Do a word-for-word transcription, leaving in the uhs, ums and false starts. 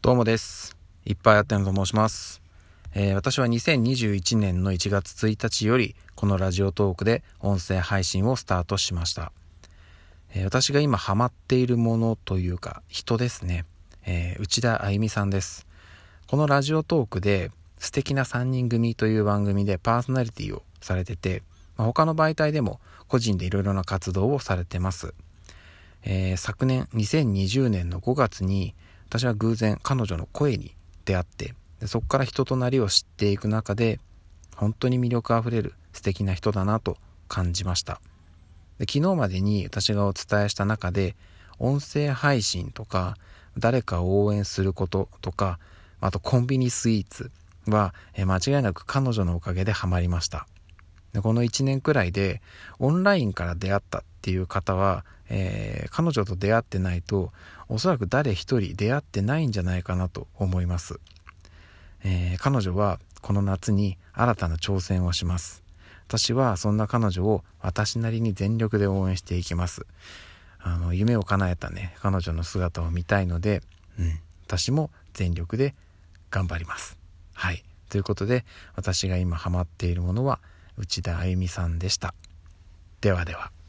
どうもです。いっぱいあってのと申します、えー、私はにせんにじゅういちねんのいちがつついたちよりこのラジオトークで音声配信をスタートしました。えー、私が今ハマっているものというか人ですね、えー、内田あゆみさんです。このラジオトークで素敵なさんにん組という番組でパーソナリティをされてて、まあ、他の媒体でも個人でいろいろな活動をされてます。えー、昨年にせんにじゅうねんのごがつに私は偶然彼女の声に出会って、でそこから人となりを知っていく中で本当に魅力あふれる素敵な人だなと感じました。で昨日までに私がお伝えした中で音声配信とか誰かを応援することとか、あとコンビニスイーツは間違いなく彼女のおかげでハマりました。でこのいちねんくらいでオンラインから出会ったっていう方は、えー、彼女と出会ってないとおそらく誰一人出会ってないんじゃないかなと思います。えー、彼女はこの夏に新たな挑戦をします。私はそんな彼女を私なりに全力で応援していきます。あの夢を叶えたね彼女の姿を見たいので、うん、私も全力で頑張ります。はい、ということで私が今ハマっているものは内田あゆみさんでした。ではでは。